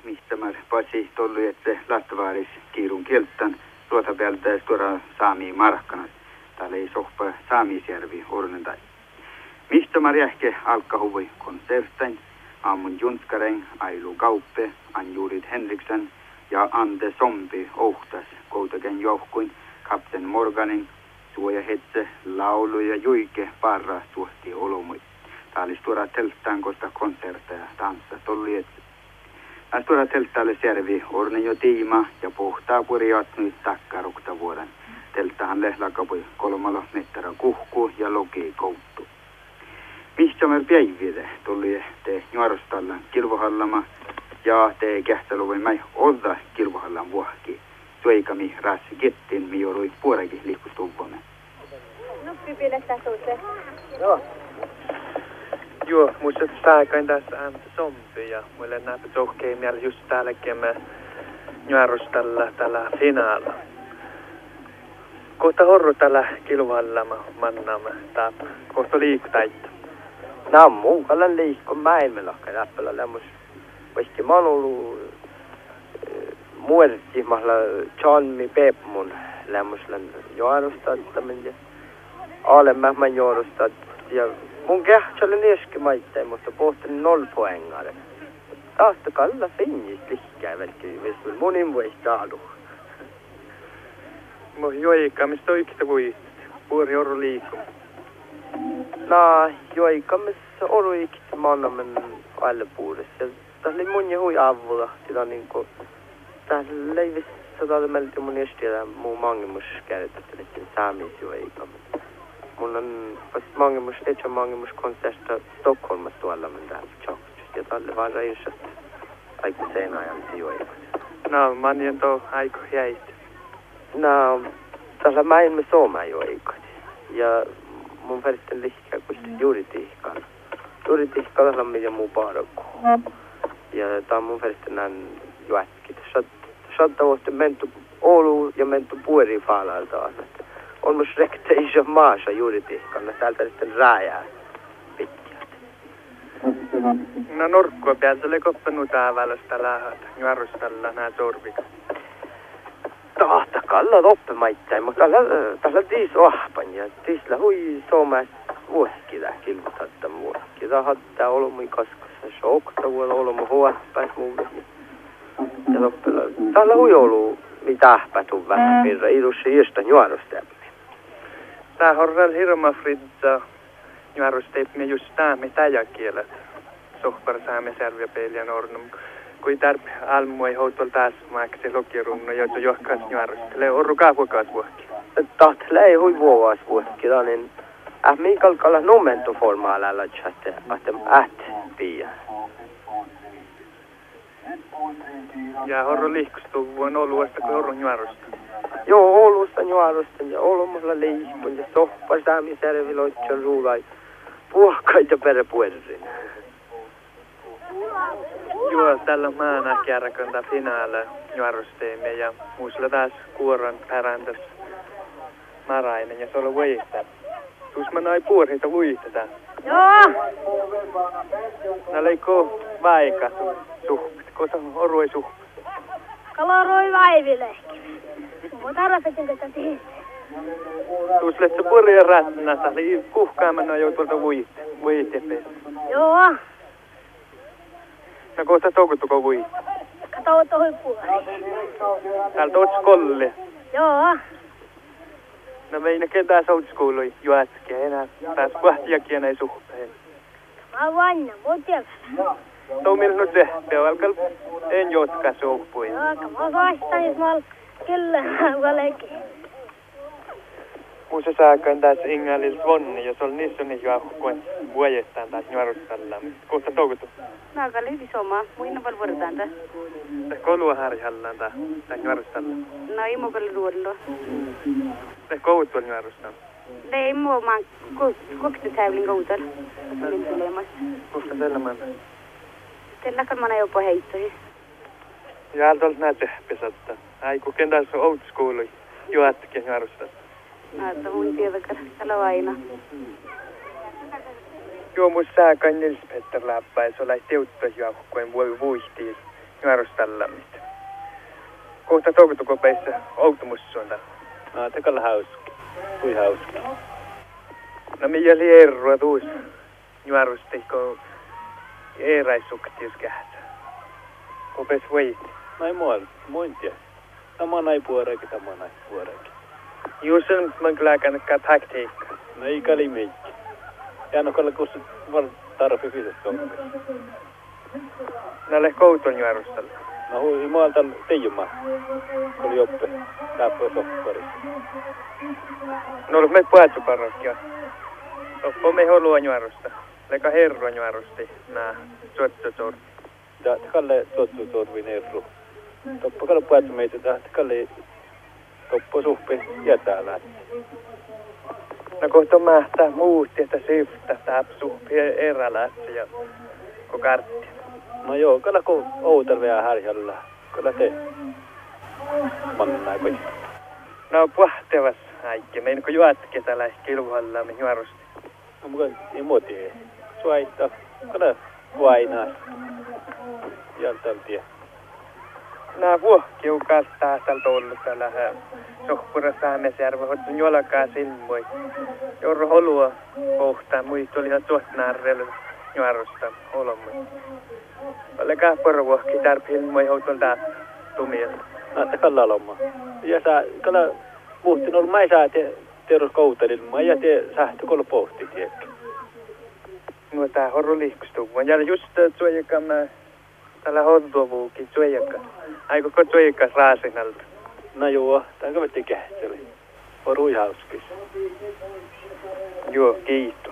mistä mä pasi tollu, että lastavaaris kiirun kieltän ruota päältä tuoda saami markkanat. Täällä ei sohpa Saamisjärvi ornentai. Mistä mä jähke alkahuvui konsertain, aamun Junskaren, Ailu Kauppe, Anjurit Henriksen ja Ande Sompi ohtas koutaken johkuin kapten Morganin, suoja hetse, laulu ja juike parra suhti olomui. Tää oli tuoda telttaan kosta konsertteja tanssa tolli etse. Tää tuoda telttaalle järvi orne jo tiima ja pohtaa puriat nyt takkarukta vuoden. Telttahan lehlakapui 3 meträ kuhku ja logi kouttu. Mistä mä päivide tuli te nuorostalla kilvohallama ja te kähtäluvin mä olla kilvohallan vuohki. Suikami rassi kettin mi joudui puorekin liikkustuvuomme. Noppi pilettä suutte. Joo, musta sääkäin tässä ääntä sompi ja mulle näitä tohkei mieli just täälläkin nuorostalla tällä finaalla. Kohta horru tällä kilvohallama mannaamme tää kohta liikutaita. Nää muualla liikko mäimmelokka läppöllä lämmus. Vaikka mä oon ollut muodettimalla Johnny Pepmun lämmuslan juorustattaminen ja alemmän juorustat ja mun kähtsä oli nieskimaittain, mutta pohtin 0 poängare. Taasta kalla finnis liikkää välkki, hvis monin vuoista alu. Mo joikamista oikeita vuotta, puori orru liikku. No, joikamista orru ikistä mannamen alle puudessa. Tässä oli mun ja hui avulla, sitä niinku tässä leivissä tällä melkein mun estiellä muu mangimus käytetty, että saamisjuoika. Mun on mangimus, etkä mangimus konsertta Stockholmassa tuolla men täällä tjoktust ja tälle vaan reissat aiku sen ajan juoika. No, manien tuo aiku jäit. No, tässä mä en me juoika. Ja mun veristen liikkää kuitenkin juuritihkalla. Juuritihkalla on mitä muu parakku. Ja tää on mun veristen näin juätkit. Saattaa vuotta menty Oulu ja menty puori faalalta. On myös rekte iso maassa juuritihkalla. Täältä sitten rääjää pitkältä. No norkkua päältä oli koppanut täävälästä lähät. Juorustalla nää sorvika. Tahtakalla loppemaittain, mutta tällä tiis ohpan ja tiisllä hui Suomessa vuoskida kilvotatta vuoski. Tää hattaa olomui kaskassa shokta vuolla olomui huohpäis muuta. Ja loppella tällä hui olu mitä ahpätu vähän pirra idussa iästä juorusteemme. Tää horrel hirma fridza juorusteemme just tää mitä jäkielet. Sohpar Saamisjärvi peiliä nornum. Kui tarpe almu ei houtol taas maaksi lokirunno, joita johkaas juorustele. Orru kaavukaas vuokki. Tahtele ei hui vuovaas vuokki. Niin mikalkalla momentuformaalla että piia. Ja horro liikkustuu vuon Ouluasta kuin horron juorusta. Joo, Oulusta juorusta ja Oulumusla liikkun ja sohpa Saamisjärvi loitson ruulai. Puhkaita peräpuerin. Joo, tällä maana kärköntä finaale juorusteemme ja muusilla taas kuoron pärantas marainen ja se oli vuotta. Tuus mä noin puorita vuotta. Joo. Nää leikko vaika suht. Kosa orui suht. Kaloroi vaivillekin. Mutta arvasin tätä siihen. Tuus letsä puoria rätnätä. Eli kuhkaamana joutuolta vuotta. Joo. No kohta toukuttuko vuotta. Kato tuohon puoli. Täältä oot skolle. Joo. No meina ketään soutiskoului juotskia enää. Taas vahtiakin enää suhteen. Mä vanna, mut tiedä. Toumil nyt se, pevalkal en jotka soupui. Joo, mä vastaan, mä kyllä valekin. Muissa saakaan taas Ingalil Svonni, jos oli niissä niin juokkuun vuojettaan taas nuorustalla. Kohta toukuttu. Mä oon liivi somaa, muina paljon vuorotaan tässä. Kolua harjallaan taas nuorustalla. No ei mua paljon ruodelua. Kout tuolla nuorustalla. Ei mua, mä oon koktetäyvlin koutalla. Koska sellainen. Tällä kan man jopa heittoi. Ja alta näette pesatta. Aiku kentäs on old school juotkin nuorustalla. Että mun tiedäkään, tällä vaina. Joo, mun saakaan Nils Petter läppä, ja se oli teuttas juokkuun vuohtiin. juorustallammit. Kohta toukotukopeissa outumussuunta. No, tekalla hauski. Kui hauski. No mikä lierrua tuus juorusti, kun eeraissuktis kähtsä. Kopes voit. No ei muintia. Sama näin puoreekin. Juusen man kyllä kannattaa taktiikka. No ei kali meikki. Jäännä kalla kussit vaan tarvi fyysistä soppia. No ole kouton juorustalla. No hui maalta teijummaa. Oli oppe. Läppö sopparissa. No ollut me puhatsuparokkia. Oppo me holua juorusta. Leka herro juorusti. Nää suottosorti. Ja kalle suottosorvin erru. Toppa kalle puhatsu meitä. Kalle toppo suhpe jätää lähti. No kohta mähtää muutti, että syftä täpsuhpi erälässä ja ko kartti. No joo, kalla ko outel vielä härjällä. Kalla te. Mannai pois. No puhtevas äikki. Meidän kun juotke tällä kilvuhalla me juorusti. No mukaan ei muotiin. Suaita. Kalla vainaa. Jaltaan tie. Nää vuohkiu kastaa tältä ollut tällä sohpura Saamesjärvä. Hoitun jolkaa silmui. Jorro holua kohtaa. Muista oli ihan tuotnaarrella juorusta olomui. Ole kahporo vuohki tarpeen moi hoitun taas tumielta. Näette kalla lomma. Ja sä kalla muhtin ollut mä saa terus koutelilma ja te sähty kolo pohti tiekki. No tää horro liikustuu. Ja just suojakama tällä hontuavuukin suojakka. Aiko suojakka raasinalta. No joo, tää kävetti kähtseli. Horui hauskis. Joo, kiitos.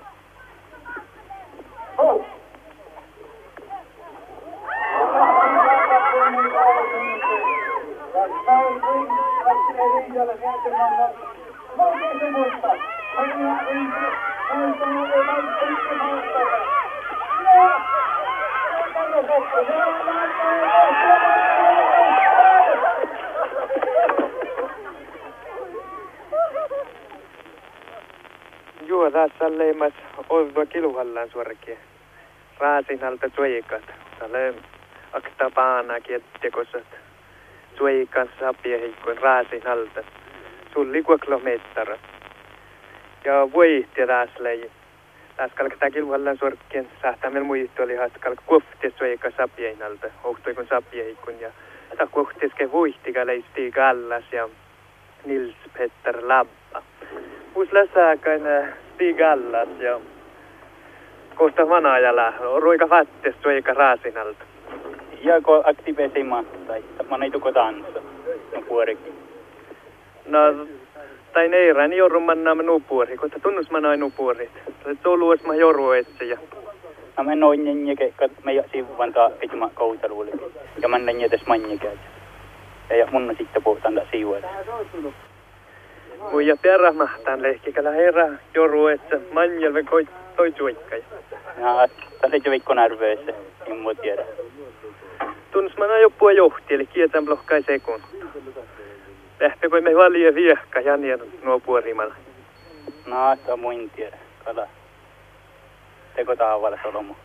Joo, tässä on leimas oltua kiluhallaan suorakin. Raasinalta suojikat. Tällä akta paanaa kiettekosat. Suojikan sapieheikkoin raasinalta. Sulli 2 kilometriä. Ja voitti taas lei. Taas kalktaa kiluhallaan suorakin. Saattaa meillä muistu oli haast kalk kuofti suojikan sapieinalta. Ohtoikon sapieheikkoin. Ja ta kuoftiske voihtika leisti Gallas ja Nils Petter Labba. Uusla saakaan Stig Gallas ja kohta vanajalla ruika vattes suoika raasinalta. Ja ko aktiivisesti mattai, man ei tuko tanssa, no puorikin. No, tai neirään jorun mannaamme nupuori, kohta tunnus mannaa nupuorit. Toluus mä joru etsiä. No me noin njeke, me sivuvan taa pituma koutaluuli. Ja man näin jätes manjekäät. Ja mun sitten puhutaan taa sivuille. Kui ja perä mahtaan lehkikällä herra joru etsä manjelve toi suikkai. Ja tässä ei viikko närvöissä, en mua tiedä. Tunnus mä joppua johti, eli kietän blokkai sekunta. Lähtekö me valje viehkä janien nuo puorimalla? No, sitä muin tiedä. Kala. Teko tavalla solomo.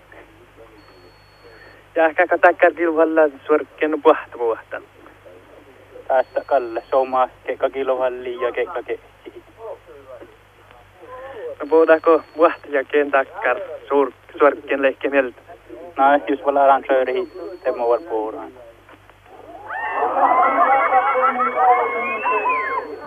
Ja ehkä katakar kilvalla suorkkeen puhtavuohtan. Tästä Kalle, soma, kekka kilovalli ja kekka kehti. No puhutaanko puhtajakeen takkar suorkkeen lehkemeltä? No, jos vaan arrangööri, te muualla puhutaan.